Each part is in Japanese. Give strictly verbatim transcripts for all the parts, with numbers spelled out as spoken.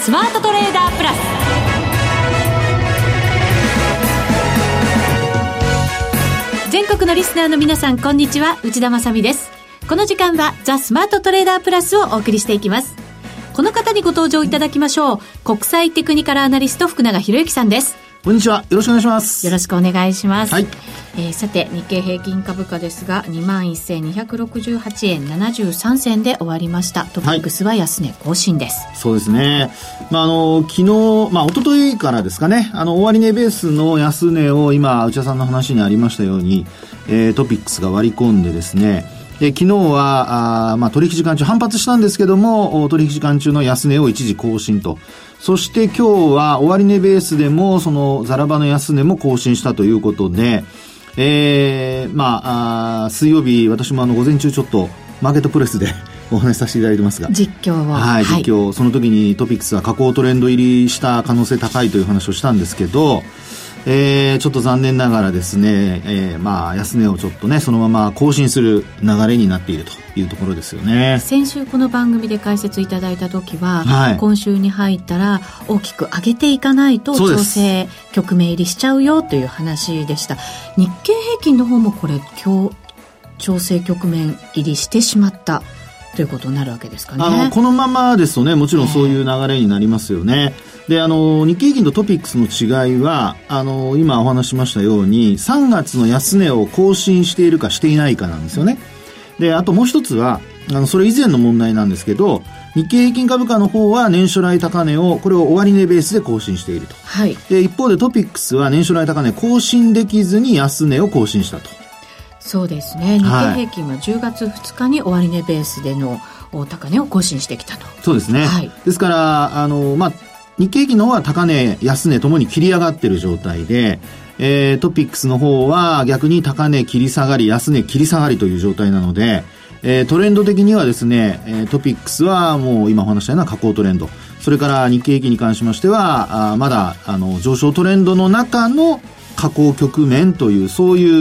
スマートトレーダープラス。全国のリスナーの皆さん、こんにちは、内田まさみです。この時間はザ・スマートトレーダープラスをお送りしていきます。この方にご登場いただきましょう。国際テクニカルアナリスト福永博之さんです。 こんにちは、よろしくお願いします。 よろしくお願いします、 はい。 えー、さて日経平均株価ですが にまんせんにひゃくろくじゅうはちえんななじゅうさんせんで終わりました。トピックスは安値更新です、 はい、そうですね。まあ、あの昨日、まあ、一昨日からですかね、あの終値ベースの安値を今内田さんの話にありましたように、えー、トピックスが割り込んでですね、で昨日はあ、まあ、取引時間中反発したんですけども、取引時間中の安値を一時更新と。そして今日は終値ベースでもそのザラバの安値も更新したということで、えー、まあ、あ水曜日私もあの午前中ちょっとマーケットプレスでお話しさせていただいてますが、 実況を、 はい、実況、はい、その時にトピックスは下降トレンド入りした可能性高いという話をしたんですけど、えー、ちょっと残念ながらですね、えー、まあ安値をちょっとねそのまま更新する流れになっているというところですよね。 先週この番組で解説いただいた時は、 はい、今週に入ったら大きく上げていかないと調整局面入りしちゃうよという話でした。日経平均の方もこれ今日調整局面入りしてしまったということになるわけですかね。 あのこのままですとね、もちろんそういう流れになりますよね。で、あの日経平均とトピックスの違いは、あの今お話しましたようにさんがつの安値を更新しているかしていないかなんですよね。で、あともう一つはあのそれ以前の問題なんですけど、日経平均株価の方は年初来高値をこれを終値ベースで更新していると、 はい、 で一方でトピックスは年初来高値更新できずに安値を更新したと。 そうですね。日経平均はじゅうがつふつかに終値ベースでの高値を更新してきたと。 そうですね、はい、ですからあの、まあ、日経平均の方は高値安値ともに切り上がっている状態で、えー、トピックスの方は逆に高値切り下がり安値切り下がりという状態なので、えー、トレンド的にはですね、えー、トピックスはもう今お話したような下降トレンド、それから日経平均に関しましてはあまだあの上昇トレンドの中の下降局面というそういう、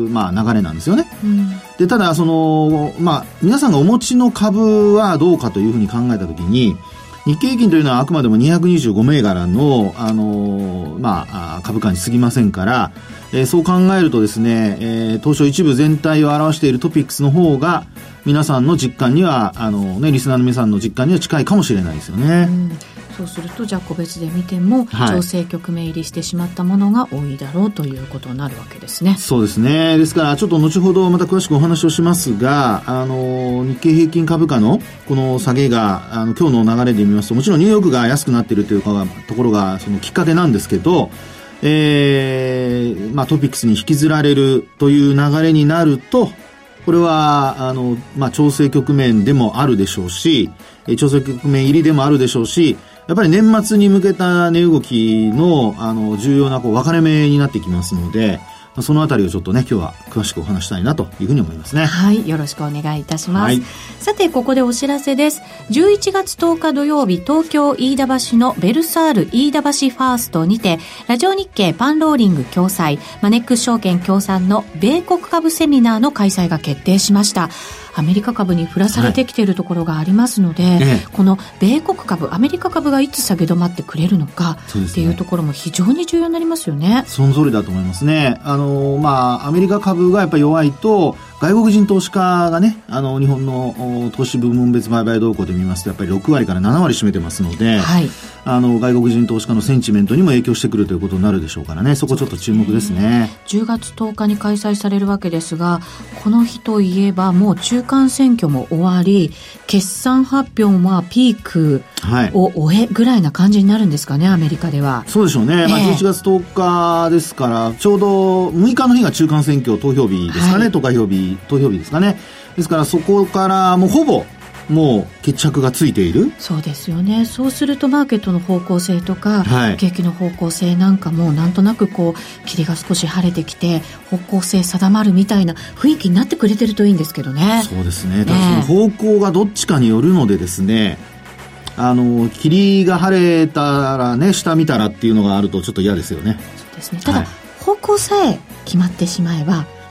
まあ、流れなんですよね、うん、でただその、まあ、皆さんがお持ちの株はどうかというふうに考えたときに、日経平均というのはあくまでもにひゃくにじゅうご銘柄の、あのまあ、株価に過ぎませんから、えー、そう考えるとですね、えー、東証一部全体を表しているトピックスの方が皆さんの実感にはあの、ね、リスナーの皆さんの実感には近いかもしれないですよね、うん、 そうするとじゃあ個別で見ても、はい、調整局面入りしてしまったものが多いだろうということになるわけですね。 そうですね。ですからちょっと後ほどまた詳しくお話をしますが、あの日経平均株価のこの下げがあの今日の流れで見ますと、もちろんニューヨークが安くなっているというかところがそのきっかけなんですけど、えーまあ、トピックスに引きずられるという流れになると、これはあの、まあ、調整局面でもあるでしょうし、調整局面入りでもあるでしょうし、やっぱり年末に向けた値動きの、あの重要なこう分かれ目になってきますので、そのあたりをちょっとね今日は詳しくお話したいなというふうに思いますね。 はい、よろしくお願いいたします、はい、さてここでお知らせです。じゅういちがつとおか土曜日、東京飯田橋のベルサール飯田橋ファーストにて、ラジオ日経パンローリング共催、マネックス証券協賛の米国株セミナーの開催が決定しました。アメリカ株に振らされてきているところがありますので、はい、この米国株、アメリカ株がいつ下げ止まってくれるのかっていうところも非常に重要になりますよね。 その通りだと思いますね。あの、まあ、アメリカ株がやっぱり弱いと、外国人投資家がね、あの日本の投資部門別売買動向で見ますとやっぱりろくわりからななわり占めてますので、はい、あの外国人投資家のセンチメントにも影響してくるということになるでしょうからね、そこちょっと注目ですね。 じゅうがつとおかに開催されるわけですが、この日といえばもう中間選挙も終わり、決算発表もピークを終えぐらいな感じになるんですかね、アメリカでは。 そうでしょうね、えーまあ、じゅういちがつとおかですからちょうどむいかの日が中間選挙投票日ですかね、はい、投票日投票日ですかね。ですからそこからもうほぼもう決着がついている。 そうですよね。そうするとマーケットの方向性とか、はい、景気の方向性なんかもなんとなくこう霧が少し晴れてきて方向性定まるみたいな雰囲気になってくれてるといいんですけどね。 そうですね。ただその方向がどっちかによるのでですね、あの霧が晴れたらね下見たらっていうのがあるとちょっと嫌ですよね。 そうですね。ただ、はい、方向さえ決まってしまえば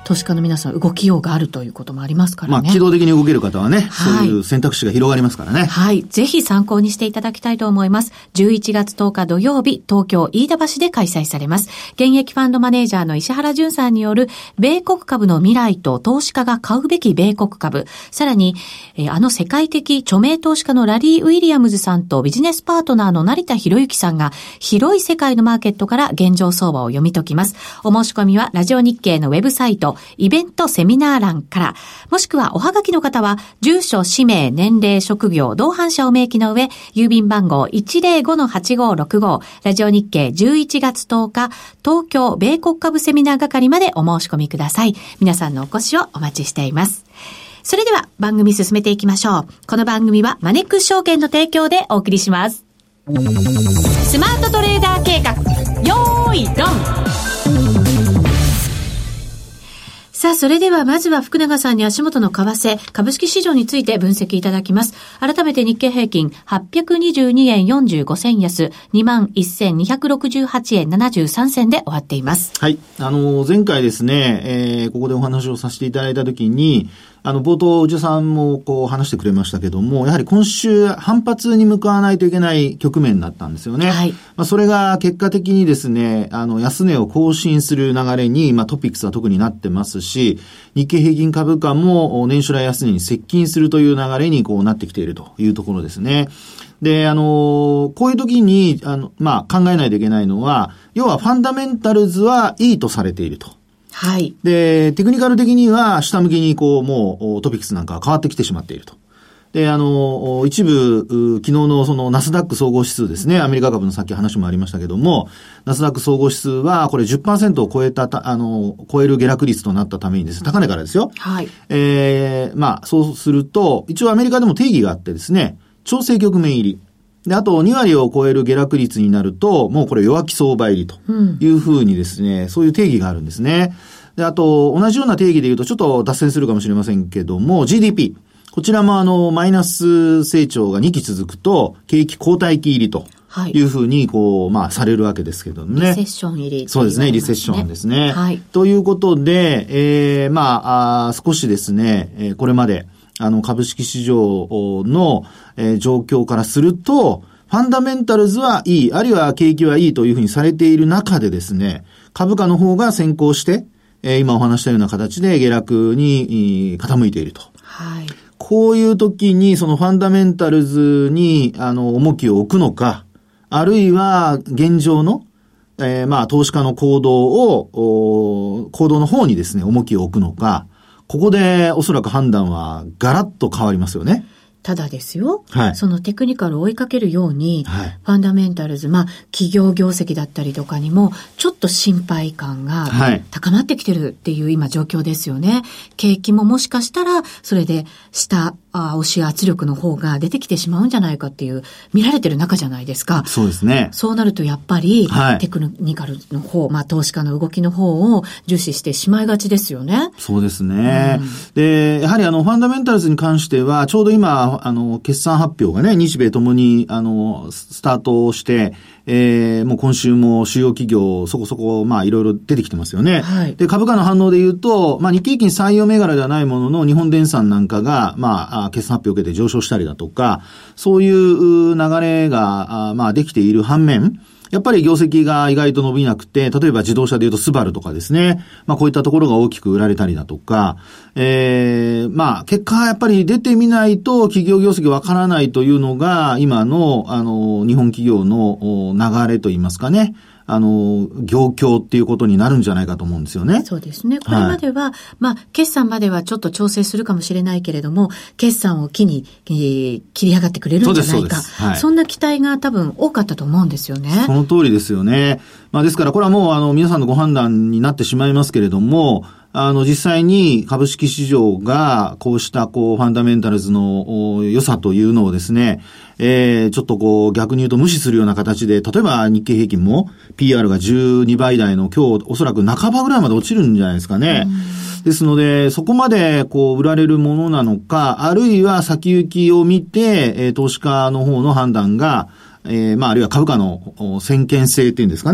投資家の皆さん動きようがあるということもありますからね。 まあ、機動的に動ける方はね、 はい、 そういう選択肢が広がりますからね。 はい。ぜひ参考にしていただきたいと思います。じゅういちがつとおか土曜日、東京飯田橋で開催されます。現役ファンドマネージャーの石原淳さんによる、米国株の未来と投資家が買うべき米国株、さらに、えー、あの世界的著名投資家のラリー・ウィリアムズさんとビジネスパートナーの成田博之さんが、広い世界のマーケットから現状相場を読み解きます。お申し込みはラジオ日経のウェブサイト、イベントセミナー欄から、もしくはおはがきの方は、住所、氏名、年齢、職業、同伴者を明記の上、郵便番号 いちまるごのはちごろくご、ラジオ日経じゅういちがつとおか、東京米国株セミナー係までお申し込みください。皆さんのお越しをお待ちしています。それでは番組進めていきましょう。この番組はマネックス証券の提供でお送りします。スマートトレーダー計画、よーいドン。さあ、それではまずは福永さんに足元の為替、株式市場について分析いただきます。改めて日経平均はっぴゃくにじゅうにえんよんじゅうごせん安、にまんせんにひゃくろくじゅうはちえんななじゅうさんせんで終わっています。 はい。あの、前回ですね、えー、ここでお話をさせていただいたときに、あの、冒頭、内田さんもこう話してくれましたけども、やはり今週反発に向かわないといけない局面だったんですよね。はい。まあ、それが結果的にですね、あの、安値を更新する流れに、まあ、トピックスは特になってますし、日経平均株価も年初来安値に接近するという流れにこうなってきているというところですね。で、あの、こういう時に、あの、まあ、考えないといけないのは、要はファンダメンタルズはいいとされていると。 はい。 で、テクニカル的には下向きにこう、もうトピックスなんかは変わってきてしまっていると。で、あの、一部、昨日のそのナスダック総合指数ですね、アメリカ株のさっき話もありましたけども、ナスダック総合指数はこれ じゅっパーセント を超えた、あの、超える下落率となったためにですね、高値からですよ。 はい。 えー、まあ、そうすると、一応アメリカでも定義があってですね、調整局面入り。で、あとに割を超える下落率になると、もうこれ弱気相場入りというふうにですね、うん、そういう定義があるんですね。で、あと、同じような定義で言うとちょっと脱線するかもしれませんけども、ジーディーピー。こちらもあの、マイナス成長がにき続くと、景気後退期入りというふうに、こう、まあ、されるわけですけどね。 リセッション入り、ね。 そうですね、リセッションですね。 はい。 ということで、えー、まあ、あ少しですね、えー、これまで、あの、株式市場の、えー、状況からすると、ファンダメンタルズはいい、あるいは景気はいいというふうにされている中でですね、株価の方が先行して、えー、今お話したような形で下落に傾いていると。 はい。 こういう時にそのファンダメンタルズにあの重きを置くのか、あるいは現状の、えー、まあ投資家の行動を、行動の方にですね、重きを置くのか、ここでおそらく判断はガラッと変わりますよね。 ただですよ、 はい、 そのテクニカルを追いかけるように、 はい、 ファンダメンタルズ、まあ企業業績だったりとかにもちょっと心配感が高まってきてるっていう今状況ですよね。景気ももしかしたらそれで下あ押し圧力の方が出てきてしまうんじゃないかっていう見られてる中じゃないですか。そうですね。そうなるとやっぱり、はい、テクニカルの方、まあ投資家の動きの方を重視してしまいがちですよね。 そうですね。うん、で、やはりあのファンダメンタルズに関してはちょうど今あの決算発表がね、日米ともにあのスタートして、えー、もう今週も主要企業そこそこまあいろいろ出てきてますよね。はい、で株価の反応で言うと、まあ日経平均採用銘柄ではないものの日本電産なんかがまあ決算発表を受けて上昇したりだとか、そういう流れがまあできている反面、やっぱり業績が意外と伸びなくて、例えば自動車で言うとスバルとかですね、まあこういったところが大きく売られたりだとか、えー、まあ結果やっぱり出てみないと企業業績わからないというのが今のあの日本企業の流れといいますかね。あの、業況っていうことになるんじゃないかと思うんですよね。 そうですね。これまでは、はい、まあ、決算まではちょっと調整するかもしれないけれども、決算を機に、えー、切り上がってくれるんじゃないか。そ, はい、そんな期待が多分多かったと思うんですよね。 その通りですよね。まあ、ですからこれはもう、あの、皆さんのご判断になってしまいますけれども、あの、実際に株式市場が、こうした、こう、ファンダメンタルズの良さというのをですね、えー、ちょっとこう、逆に言うと無視するような形で、例えば日経平均も ピーアール がじゅうにばい台の今日、おそらく半ばぐらいまで落ちるんじゃないですかね。ですので、そこまでこう、売られるものなのか、あるいは先行きを見て、えー、投資家の方の判断が、えー、まあ、あるいは株価の先見性っていうんですかね。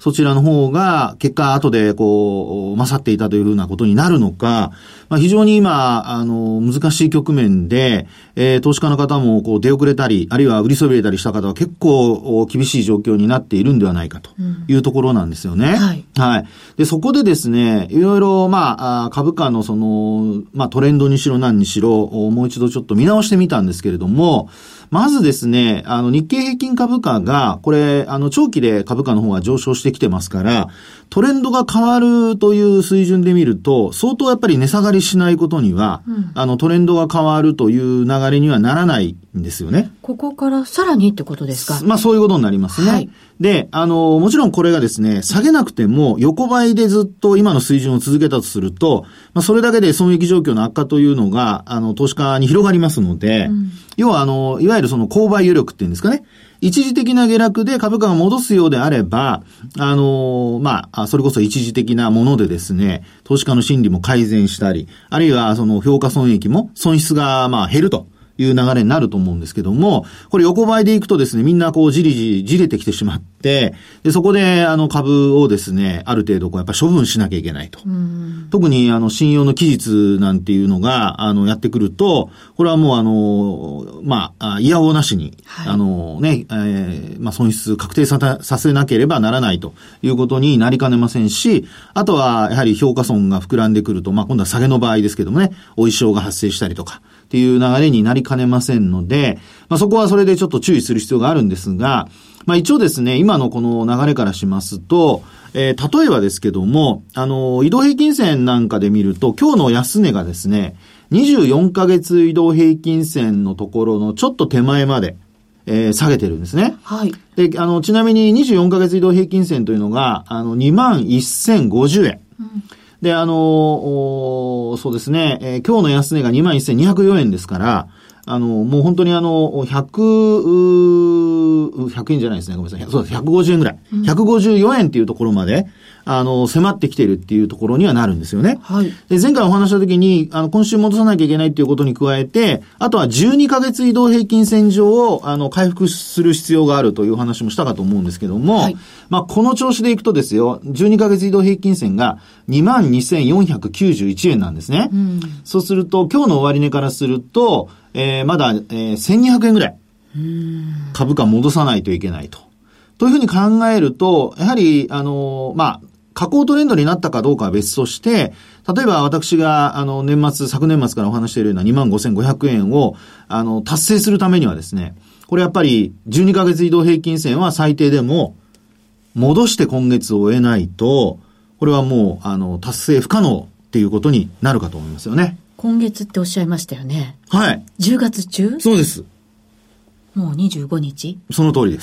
そちらの方が結果後でこう勝っていたというふうなことになるのか、まあ、非常に今あの難しい局面で、えー、投資家の方もこう出遅れたりあるいは売りそびれたりした方は結構厳しい状況になっているんではないかというところなんですよね。うん、はい。はい。でそこでですねいろいろまあ株価のそのまあトレンドにしろ何にしろもう一度ちょっと見直してみたんですけれども、まずですね、あの日経平均株価が、これ、あの長期で株価の方が上昇してきてますから、トレンドが変わるという水準で見ると、相当やっぱり値下がりしないことには、うん、あのトレンドが変わるという流れにはならないんですよね。 ここからさらにってことですか？ まあそういうことになりますね。はい、で、あの、もちろんこれがですね、下げなくても横ばいでずっと今の水準を続けたとすると、まあそれだけで損益状況の悪化というのが、あの、投資家に広がりますので、うん、要はあの、いわゆるその購買余力っていうんですかね。一時的な下落で株価が戻すようであれば、あの、まあ、それこそ一時的なものでですね、投資家の心理も改善したり、あるいはその評価損益も損失がまあ減るという流れになると思うんですけども、これ横ばいでいくとですね、みんなこうじりじりじれてきてしまって、で、そこであの株をですね、ある程度こうやっぱ処分しなきゃいけないと。特にあの信用の期日なんていうのが、あのやってくると、これはもうあの、まあ、いやおうなしに、はい、あのね、えー、まあ損失確定さ、させなければならないということになりかねませんし、あとはやはり評価損が膨らんでくると、まあ今度は下げの場合ですけどもね、お衣装が発生したりとか、っていう流れになりかねませんので、まあ、そこはそれでちょっと注意する必要があるんですが、まあ、一応ですね、今のこの流れからしますと、えー、例えばですけども、あの、移動平均線なんかで見ると、今日の安値がですね、にじゅうよんかげつ移動平均線のところのちょっと手前まで、えー、下げてるんですね。はい。で、あの、ちなみににじゅうよんかげつ移動平均線というのが、あの、にまんせんごじゅうえん。うんで、あの、そうですね、えー、今日の安値が にまんせんにひゃくよえんですから、あの、もう本当にあの、ひゃく、ひゃくえんじゃないですね、ごめんなさい。そうです、ひゃくごじゅうえんぐらい。うん、ひゃくごじゅうよえんっていうところまで、あの、迫ってきているっていうところにはなるんですよね。はい。で、前回お話した時に、あの、今週戻さなきゃいけないっていうことに加えて、あとはじゅうにかげつ移動平均線上を、あの、回復する必要があるという話もしたかと思うんですけども、はい、まあ、この調子でいくとですよ、じゅうにかげつ移動平均線が にまんにせんよんひゃくきゅうじゅういちえんなんですね。うん、そうすると、今日の終値からすると、えー、まだ、えー、せんにひゃくえんぐらい、株価戻さないといけないと。というふうに考えると、やはり、あのー、まあ、下降トレンドになったかどうかは別として、例えば私が、あの、年末、昨年末からお話しているような にまんごせんごひゃくえんを、あの、達成するためにはですね、これやっぱりじゅうにかげつ移動平均線は最低でも、戻して今月を終えないと、これはもう、あの、達成不可能っていうことになるかと思いますよね。 今月っておっしゃいましたよね。 はい。 じゅうがつ中？ そうです。 もうにじゅうごにち？ その通りです。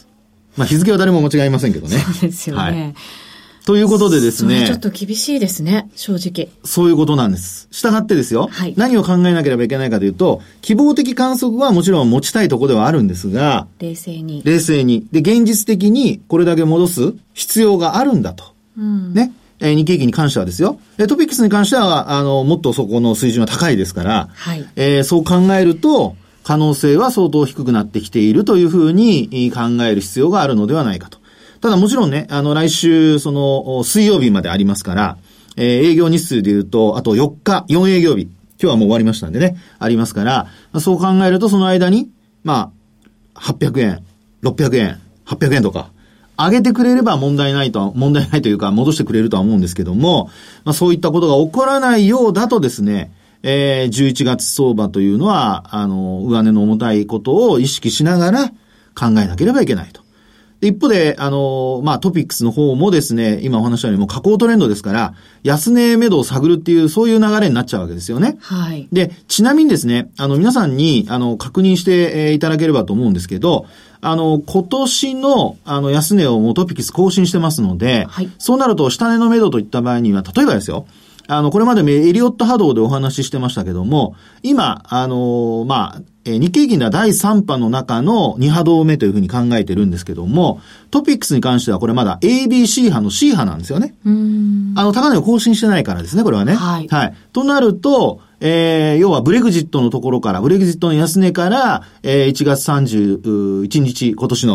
まあ日付は誰も間違いませんけどね。 そうですよね。はい。 ということでですね。 それちょっと厳しいですね、正直。 そういうことなんです。したがってですよ。はい。何を考えなければいけないかというと、希望的観測はもちろん持ちたいところではあるんですが、 冷静に。 冷静に。で、現実的にこれだけ戻す必要があるんだと。うん。ね。えー、日経平均に関してはですよ。トピックスに関しては、あの、もっとそこの水準は高いですから、はい。えー、そう考えると、可能性は相当低くなってきているというふうに考える必要があるのではないかと。ただもちろんね、あの来週、その、水曜日までありますから、えー、営業日数で言うと、あとよっか、よん営業日。今日はもう終わりましたんでね、ありますから、そう考えるとその間に、まあ、はっぴゃくえん、ろっぴゃくえん、はっぴゃくえんとか、上げてくれれば問題ないとは、問題ないというか、戻してくれるとは思うんですけども、まあそういったことが起こらないようだとですね、えー、じゅういちがつ相場というのは、あの、上値の重たいことを意識しながら考えなければいけないと。一方で、あの、まあ、トピックスの方もですね、今お話したようにもう下降トレンドですから、安値目処を探るっていう、そういう流れになっちゃうわけですよね。はい。で、ちなみにですね、あの、皆さんに、あの、確認して、えー、いただければと思うんですけど、あの、今年の、あの、安値をもうトピックス更新してますので、はい。そうなると、下値の目処といった場合には、例えばですよ、あの、これまでエリオット波動でお話ししてましたけども、今、あの、まあ、えー、日経平均ではだいさん波の中のに波動目というふうに考えてるんですけども、トピックスに関してはこれまだ エービーシー 波の C 波なんですよね。うーん。あの、高値を更新してないからですね、これはね。はい。はい。となると、えー、要はブレグジットのところから、ブレグジットの安値から、えー、いちがつさんじゅういちにち、今年の、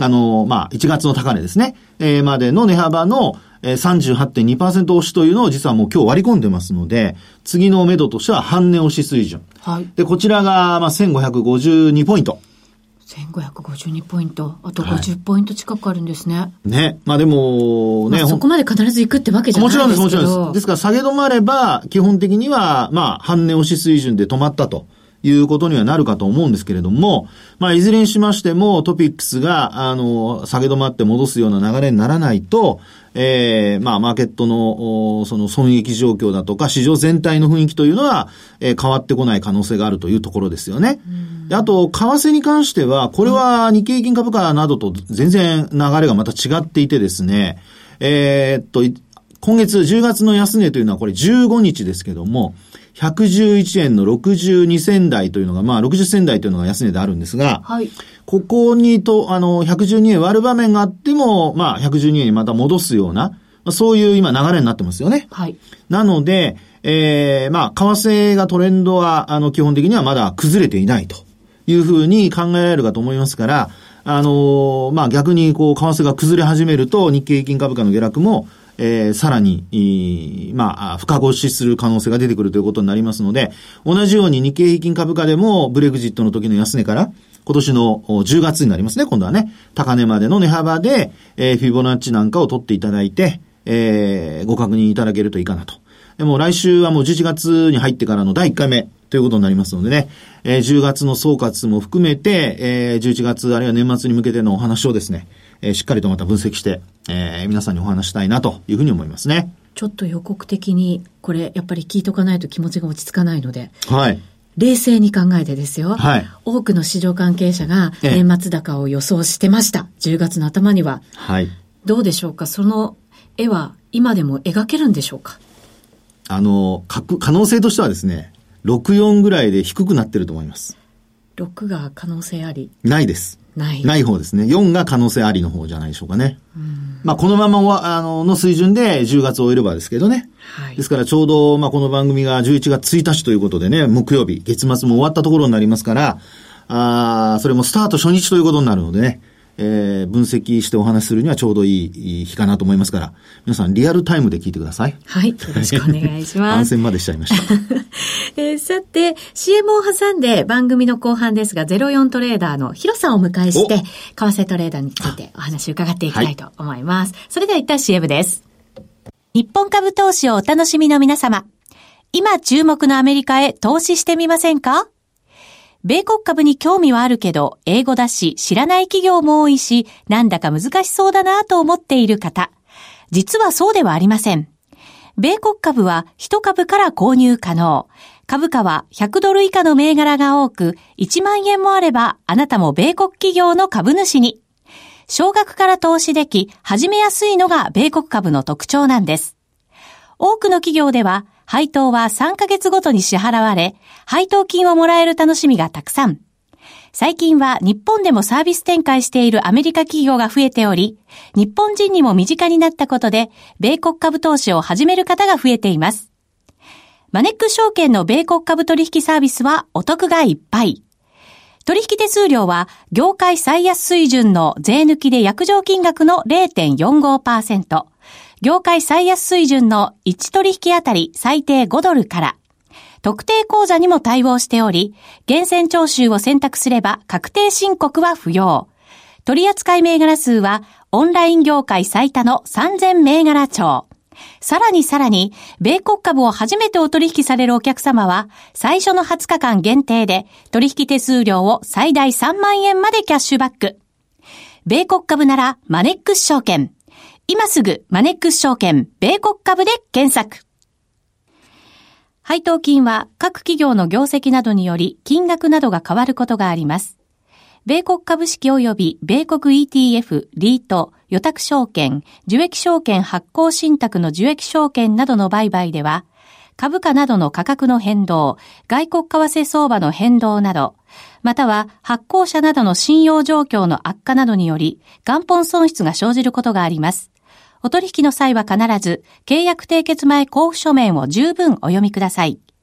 あの、まあ、いちがつの高値ですね、えー、までの値幅の、えー、さんじゅうはちてんにパーセント 押しというのを実はもう今日割り込んでますので、次の目処としては半値押し水準。はい。で、こちらが、まあ、せんごひゃくごじゅうにポイント。 せんごひゃくごじゅうにポイント。あとごじゅうポイント近くあるんですね。はい、 ね。まあでも、ね、 まあ、そこまで必ず行くってわけじゃないですけど。 もちろんです、もちろんです。ですから下げ止まれば、基本的には、まあ、半値押し水準で止まったということにはなるかと思うんですけれども、まあ、いずれにしましても、トピックスが、あの、下げ止まって戻すような流れにならないと、えー、まあ、マーケットの、その損益状況だとか、市場全体の雰囲気というのは、えー、変わってこない可能性があるというところですよね。であと、為替に関しては、これは日経平均株価などと全然流れがまた違っていてですね、えー、っと、今月じゅうがつの安値というのはこれじゅうごにちですけども、ひゃくじゅういちえんのろくじゅうにせん台というのが、まあろくじゅっせん台というのが安値であるんですが、はい、ここにと、あの、ひゃくじゅうにえん割る場面があっても、まあひゃくじゅうにえんにまた戻すような、そういう今流れになってますよね。はい。なので、えー、まあ、為替がトレンドは、あの、基本的にはまだ崩れていないというふうに考えられるかと思いますから、あのー、まあ逆にこう、為替が崩れ始めると、日経平均株価の下落も、えー、さらに、まあ、深越しする可能性が出てくるということになりますので、同じように日経平均株価でもブレグジットの時の安値から今年のじゅうがつになりますね、今度はね、高値までの値幅で、えー、フィボナッチなんかを取っていただいて、えー、ご確認いただけるといいかなと。でも来週はもうじゅういちがつに入ってからのだいいっかいめということになりますのでね、えー、じゅうがつの総括も含めて、えー、じゅういちがつあるいは年末に向けてのお話をですね、えー、しっかりとまた分析して、えー、皆さんにお話したいなというふうに思いますね。 ちょっと予告的にこれやっぱり聞いとかないと気持ちが落ち着かないので、 はい。 冷静に考えてですよ。はい。多くの市場関係者が年末高を予想してました。じゅうがつの頭には。はい。どうでしょうか。その絵は今でも描けるんでしょうか。 あの、可能性としてはですね、ろくじゅうよんぐらいで低くなってると思います。 ろくが可能性あり？ ないです。ない。ない方ですね。よんが可能性ありの方じゃないでしょうかね。うんまあ、このままは、あの、の水準でじゅうがつを終えればですけどね。はい。ですからちょうど、まあ、この番組がじゅういちがつついたちということでね、木曜日、月末も終わったところになりますから、あそれもスタート初日ということになるのでね、えー、分析してお話しするにはちょうどいい日かなと思いますから、皆さんリアルタイムで聞いてください。 はい。よろしくお願いします。 安全までしちゃいました。 えー、さて、シーエム を挟んで番組の後半ですが、ゼロよんトレーダーのヒロさんをお迎えして、為替トレーダーについてお話を伺っていきたいと思います。はい、それでは一旦 シーエム です。日本株投資をお楽しみの皆様、今注目のアメリカへ投資してみませんか？米国株に興味はあるけど、英語だし、知らない企業も多いし、なんだか難しそうだなと思っている方。実はそうではありません。米国株はいち株から購入可能。株価はひゃくドル以下の銘柄が多く、いちまんえんもあれば、あなたも米国企業の株主に。少額から投資でき、始めやすいのが米国株の特徴なんです。多くの企業では、配当はさんかげつごとに支払われ、配当金をもらえる楽しみがたくさん。最近は日本でもサービス展開しているアメリカ企業が増えており、日本人にも身近になったことで、米国株投資を始める方が増えています。マネックス証券の米国株取引サービスはお得がいっぱい。取引手数料は業界最安水準の税抜きで約定金額の れいてんよんごパーセント。業界最安水準のいち取引あたり最低ごドルから、特定口座にも対応しており、厳選徴収を選択すれば確定申告は不要。取扱銘柄数はオンライン業界最多のさんぜん銘柄超。さらにさらに、米国株を初めてお取引されるお客様は、最初のはつかかん限定で取引手数料を最大さんまんえんまでキャッシュバック。米国株ならマネックス証券。今すぐマネックス証券米国株で検索。配当金は各企業の業績などにより金額などが変わることがあります。米国株式及び米国 イーティーエフ、リート、予託証券、受益証券発行信託の受益証券などの売買では、株価などの価格の変動、外国為替相場の変動など、または発行者などの信用状況の悪化などにより、元本損失が生じることがあります。お取引の際は必ず、契約締結前交付書面を十分お読みください。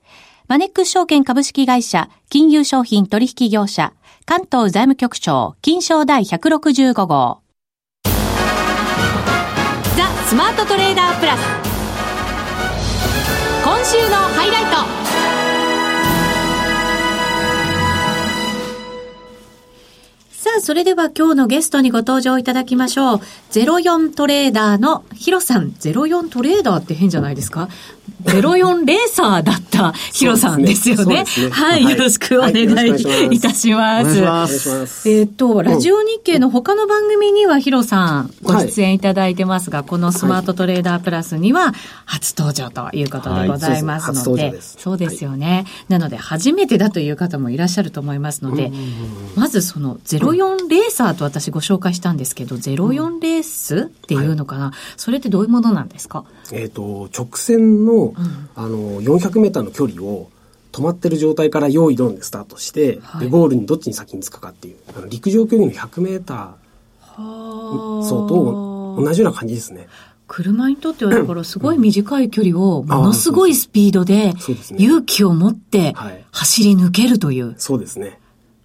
マネックス証券株式会社、金融商品取引業者、関東財務局長、金商第ひゃくろくじゅうご号。ザ・スマートトレーダープラス。今週のハイライト。さあ、それでは今日のゲストにご登場いただきましょう。ゼロよんトレーダーのヒロさん。ゼロよんトレーダーって変じゃないですか？ゼロよんレーサーだったヒロさんですよね。ねねはい、はい、よろしくお願いいたします。えっと、ラジオ日経の他の番組にはヒロさんご出演いただいてますが、はい、このスマートトレーダープラスには初登場ということでございますので、はい、そうです。そうですよね、はい。なので初めてだという方もいらっしゃると思いますので、まずそのゼロよんレーサーと私ご紹介したんですけど、ゼロよんレースっていうのかな、はい、それってどういうものなんですか？ えっと、直線の、うん、あの、よんひゃくメーターの距離を止まってる状態から用意ドンでスタートして、はい、で、ゴールにどっちに先に着くかっていう、あの陸上競技のひゃくメーター走と同じような感じですね。 車にとってはだからすごい短い距離をものすごいスピードで勇気を持って走り抜けるという。 そうですね。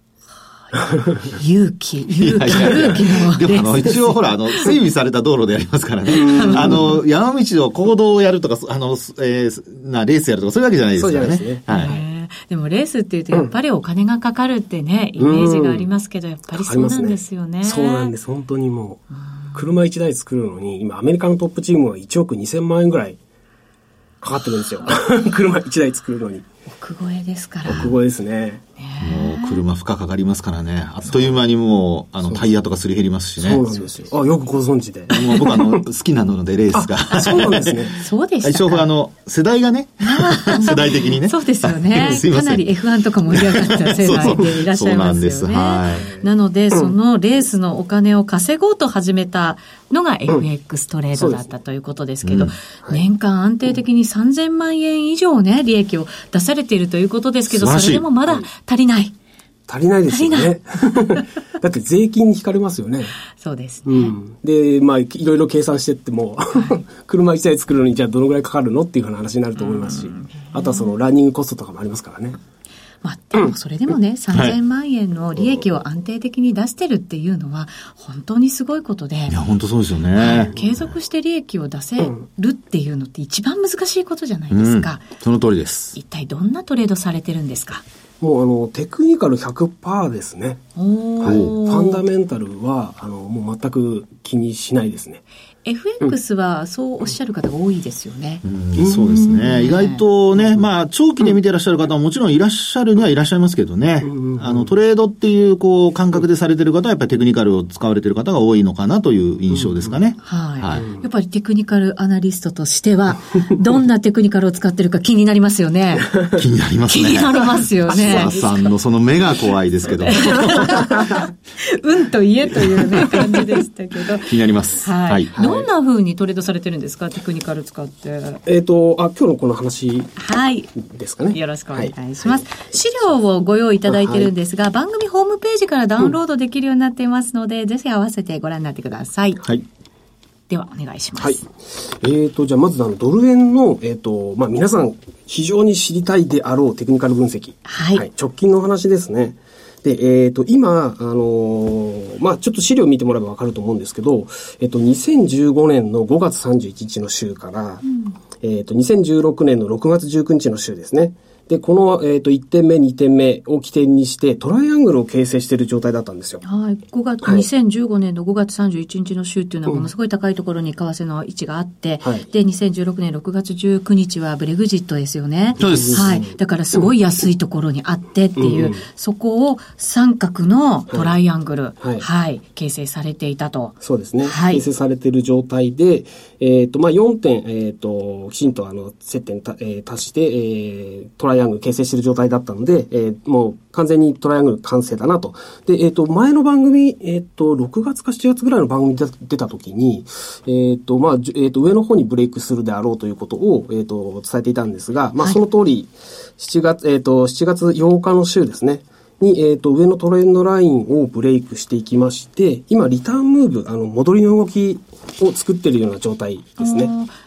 勇気、勇気、勇気のでもあの一応ほらあの整備された道路でやりますからね。あの山道を公道をやるとかあの、えー、なレースやるとかそういうわけじゃないですからね。そうですね。はい。 でもレースっていうとやっぱりお金がかかるってね、イメージがありますけど、やっぱりそうなんですよね。 ねそうなんです。本当にもう車いちだい作るのに今アメリカのトップチームはいちおくにせんまんえんぐらいかかってるんですよ。車いちだい作るのに。 億超えですから。 億超えですね。 もう車負荷かかりますからね。あっという間にもうあのタイヤとかすり減りますしね。 そうなんですよ。あ、よくご存知で。 もう僕あの好きなのでレースが。 そうなんですね。 そうでしたか。 一応あの世代がね、世代的にね。 そうですよね。かなり エフワン とか盛り上がった世代でいらっしゃいますよね。そうなんです。はい。なのでそのレースのお金を稼ごうと始めたのが エフエックス トレードだったということですけど、年間安定的にさんぜんまんえん以上ね利益を出されているということですけど、それでもまだ足りない。 足りないですよね。だって税金に引かれますよね。 そうですね。 うん、で、まあいろいろ計算してっても、はい、車いちだい作るのにじゃあどのぐらいかかるのっていう話になると思いますし、あとはそのランニングコストとかもありますからね。 まあ、でもそれでもね、うん、さんぜんまんえんの利益を安定的に出してるっていうのは本当にすごいことで、 いや本当そうですよね。 継続して利益を出せるっていうのって一番難しいことじゃないですか。 うん、その通りです。 一体どんなトレードされてるんですか？ もうあのテクニカル ひゃくパーセント ですね。はい、ファンダメンタルはあのもう全く気にしないですね。 エフエックス はそうおっしゃる方が多いですよね。 うん、そうですね。意外とね、まあ長期で見ていらっしゃる方ももちろんいらっしゃるにはいらっしゃいますけどね。うん、あのトレードっていうこう感覚でされてる方はやっぱりテクニカルを使われてる方が多いのかなという印象ですかね。 はい、はい。やっぱりテクニカルアナリストとしてはどんなテクニカルを使ってるか気になりますよね。 気になりますね。 気になりますよね。 朝さんのその目が怖いですけど。 うんと言えというね感じでしたけど。 気になります。 はい。はい、どんな風にトレードされてるんですか？テクニカル使って。 えっと、あ、今日のこの話ですかね。 はい。よろしくお願いします。はい、資料をご用意いただいてるんですが、はい、番組ホームページからダウンロードできるようになっていますので、うん、ぜひ合わせてご覧になってください。はい。では、お願いします。はい。 えっと、じゃあまずあの、ドル円の、えっと、まあ、皆さん非常に知りたいであろうテクニカル分析。はい。はい、直近のお話ですね。で、えっと、今、あのー、まあ、ちょっと資料見てもらえばわかると思うんですけど、えっと、にせんじゅうごねんのごがつさんじゅういちにちの週から、うん、えっと、にせんじゅうろくねんのろくがつじゅうくにちの週ですね。で、この、えっと、いってんめ、にてんめを起点にして、トライアングルを形成している状態だったんですよ。 はい。ごがつ、はい、にせんじゅうごねんのごがつさんじゅういちにちの週っていうのはものすごい高いところに為替の位置があって、はい、で、にせんじゅうろくねんろくがつじゅうくにちはブレグジットですよね。 そうです。 はい。だからすごい安いところにあってっていう、うん、そこを三角のトライアングル、はい、はい、形成されていたと。 そうですね。はい。形成されている状態で、えっと、まあ、よんてん、えっと、きちんとあの、接点た、えー、足して、えー、トライアングル形成している状態だったので、えー、もう完全にトライアングル完成だなと。で、えっと、前の番組、えっと、ろくがつかしちがつぐらいの番組で出た時に、えっと、まあ、えっと、上の方にブレイクするであろうということを、えっと、伝えていたんですが、まあ、その通り、しちがつ、えっと、しちがつようかの週ですね。に、えっと、上のトレンドラインをブレイクしていきまして、今、リターンムーブ、あの、戻りの動きを作っているような状態ですね。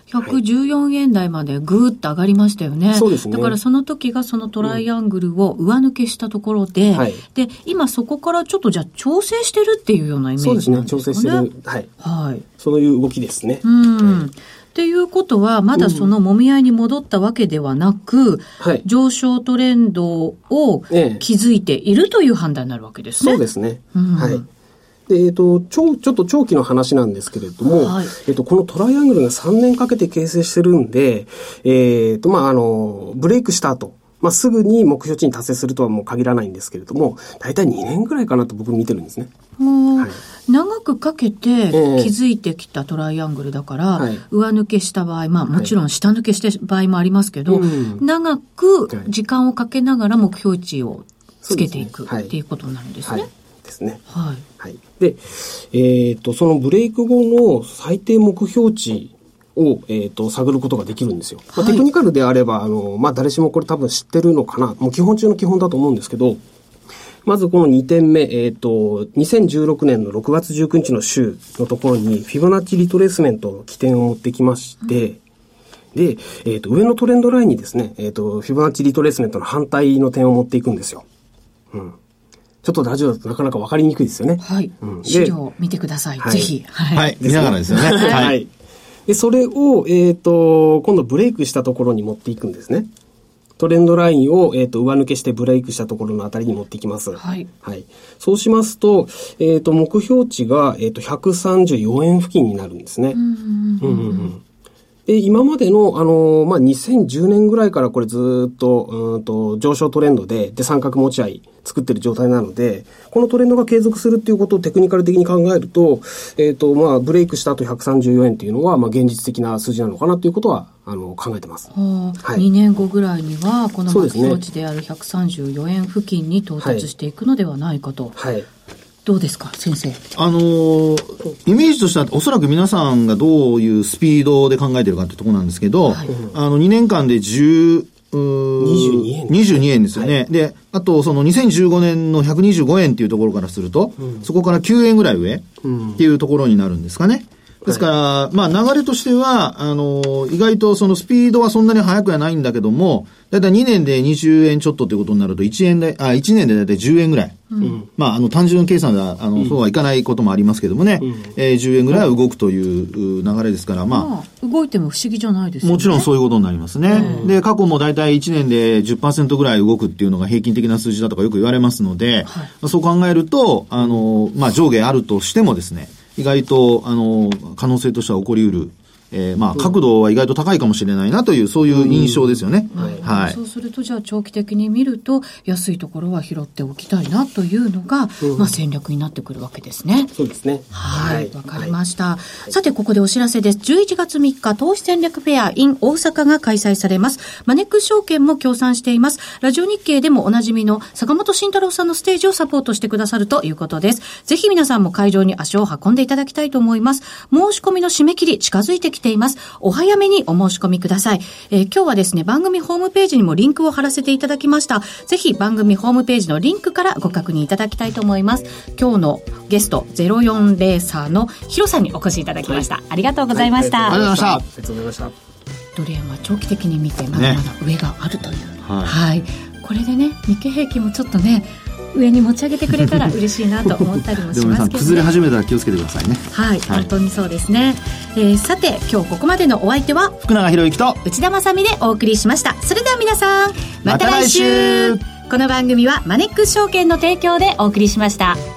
ひゃくじゅうよんえん台までぐーっと上がりましたよね。 そうですね。 だからその時がそのトライアングルを上抜けしたところで、うんはい、で、今そこからちょっとじゃあ調整してるっていうようなイメージなんですかね。 そうですね、調整してる。はい。はい。そういう動きですね。 うん。っていうことは、まだその揉み合いに戻ったわけではなく、うんはい、上昇トレンドを築いているという判断になるわけですね。 そうですね。うん、はい。で、えっと、超、ちょっと長期の話なんですけれども、はい、えっと、このトライアングルがさんねんかけて形成してるんで、えっと、まあ、あの、ブレイクした後、まあ、すぐに目標値に達成するとはもう限らないんですけれども、だいたいにねんぐらいかなと僕見てるんですね。 はい、長くかけて築いてきたトライアングルだから、えー、上抜けした場合、まあもちろん下抜けした場合もありますけど、はい、長く時間をかけながら目標値をつけていく、はい、っていうことになるんですね。 はい、ですね。 はい。 はい。で、えっと、そのブレイク後の最低目標値を、えっと、探ることができるんですよ。はい、まあ、テクニカルであれば、あの、まあ、誰しもこれ多分知ってるのかな。もう基本中の基本だと思うんですけど、まずこのにてんめ、えっと、にせんじゅうろくねんのろくがつじゅうくにちの週のところに、フィボナッチリトレースメントの起点を持ってきまして、うん、で、えっと、上のトレンドラインにですね、えっと、フィボナッチリトレースメントの反対の点を持っていくんですよ。うん。ちょっとラジオだとなかなか分かりにくいですよね。 はい。うん、資料を見てください。はい、ぜひ。 はい。はい、見ながらですよね。 はい。はい。で、それを、えっと、今度ブレイクしたところに持っていくんですね。トレンドラインを、えっと、上抜けしてブレイクしたところのあたりに持っていきます。 はい。 はい。そうしますと、えっと、目標値が、えっと、ひゃくさんじゅうよえん付近になるんですね。うん。うんうんうん。で、今までの、あの、まあ、にせんじゅうねんぐらいからこれずっと、うんと、上昇トレンドで、で、三角持ち合い作ってる状態なので、このトレンドが継続するっていうことをテクニカル的に考えると、えっと、まあ、ブレイクした後ひゃくさんじゅうよえんっていうのは、まあ、現実的な数字なのかなということは、あの、考えてます。 はあ、はい。にねんごぐらいには、この目標値であるひゃくさんじゅうよえん付近に到達していくのではないかと。 はい。はい、 どうですか、先生。 あのー、イメージとしてはおそらく皆さんがどういうスピードで考えてるかってところなんですけど、はい、あのにねんかんでじゅう、 にじゅうにえん。 にじゅうにえんですよね。はい、で、あとそのにせんじゅうごねんのひゃくにじゅうごえんっていうところからすると、うん、そこからきゅうえんぐらい上っていうところになるんですかね。ですから、はい、まあ流れとしては、あの、意外とそのスピードはそんなに速くはないんだけども、だいたいにねんでにじゅうえんちょっとっていうことになるといちえんで、あ、いちねんでだいたいじゅうえんぐらい。うん、まあ、あの、単純計算では、あの、うん、そうはいかないこともありますけどもね、うん、えー、じゅうえんぐらいは動くという流れですから、まあ、まあ、動いても不思議じゃないですよね。 もちろんそういうことになりますね。うん、で、過去もだいたいいちねんで じゅっパーセント ぐらい動くっていうのが平均的な数字だとかよく言われますので、はい、そう考えると、あの、まあ、上下あるとしてもですね、意外と、あの、可能性としては起こり得る。えー、まあ、角度は意外と高いかもしれないなという、そういう印象ですよね。 うん、はい。はい、そうすると、じゃあ長期的に見ると、安いところは拾っておきたいなというのが、うん、まあ戦略になってくるわけですね。 そうですね。 はい。わ、はい、かりました、はい。さて、ここでお知らせです。じゅういちがつみっか、投資戦略フェア in 大阪が開催されます。マネックス証券も協賛しています。ラジオ日経でもおなじみの坂本慎太郎さんのステージをサポートしてくださるということです。ぜひ皆さんも会場に足を運んでいただきたいと思います。申し込みの締め切り近づいてきています。お早めにお申し込みください。えー、今日はですね、番組ホームページにもリンクを貼らせていただきました。ぜひ番組ホームページのリンクからご確認いただきたいと思います。今日のゲストゼロよんゼロサーのヒロさんにお越しいただきました。はい、ありがとうございました。 はい、ありがとうございました。 ありがとうございました。 ドル円は長期的に見てまだまだ上があるという。ね、はい、はい。これでね、日経平均もちょっとね、上に持ち上げてくれたら嬉しいなと思ったりもしますけど、ね、 崩れ始めたら気をつけてくださいね。 はい、はい、本当にそうですね。えー、さて今日ここまでのお相手は福永博之と内田まさみでお送りしました。それでは皆さんまた来週。また来週。この番組はマネックス証券の提供でお送りしました。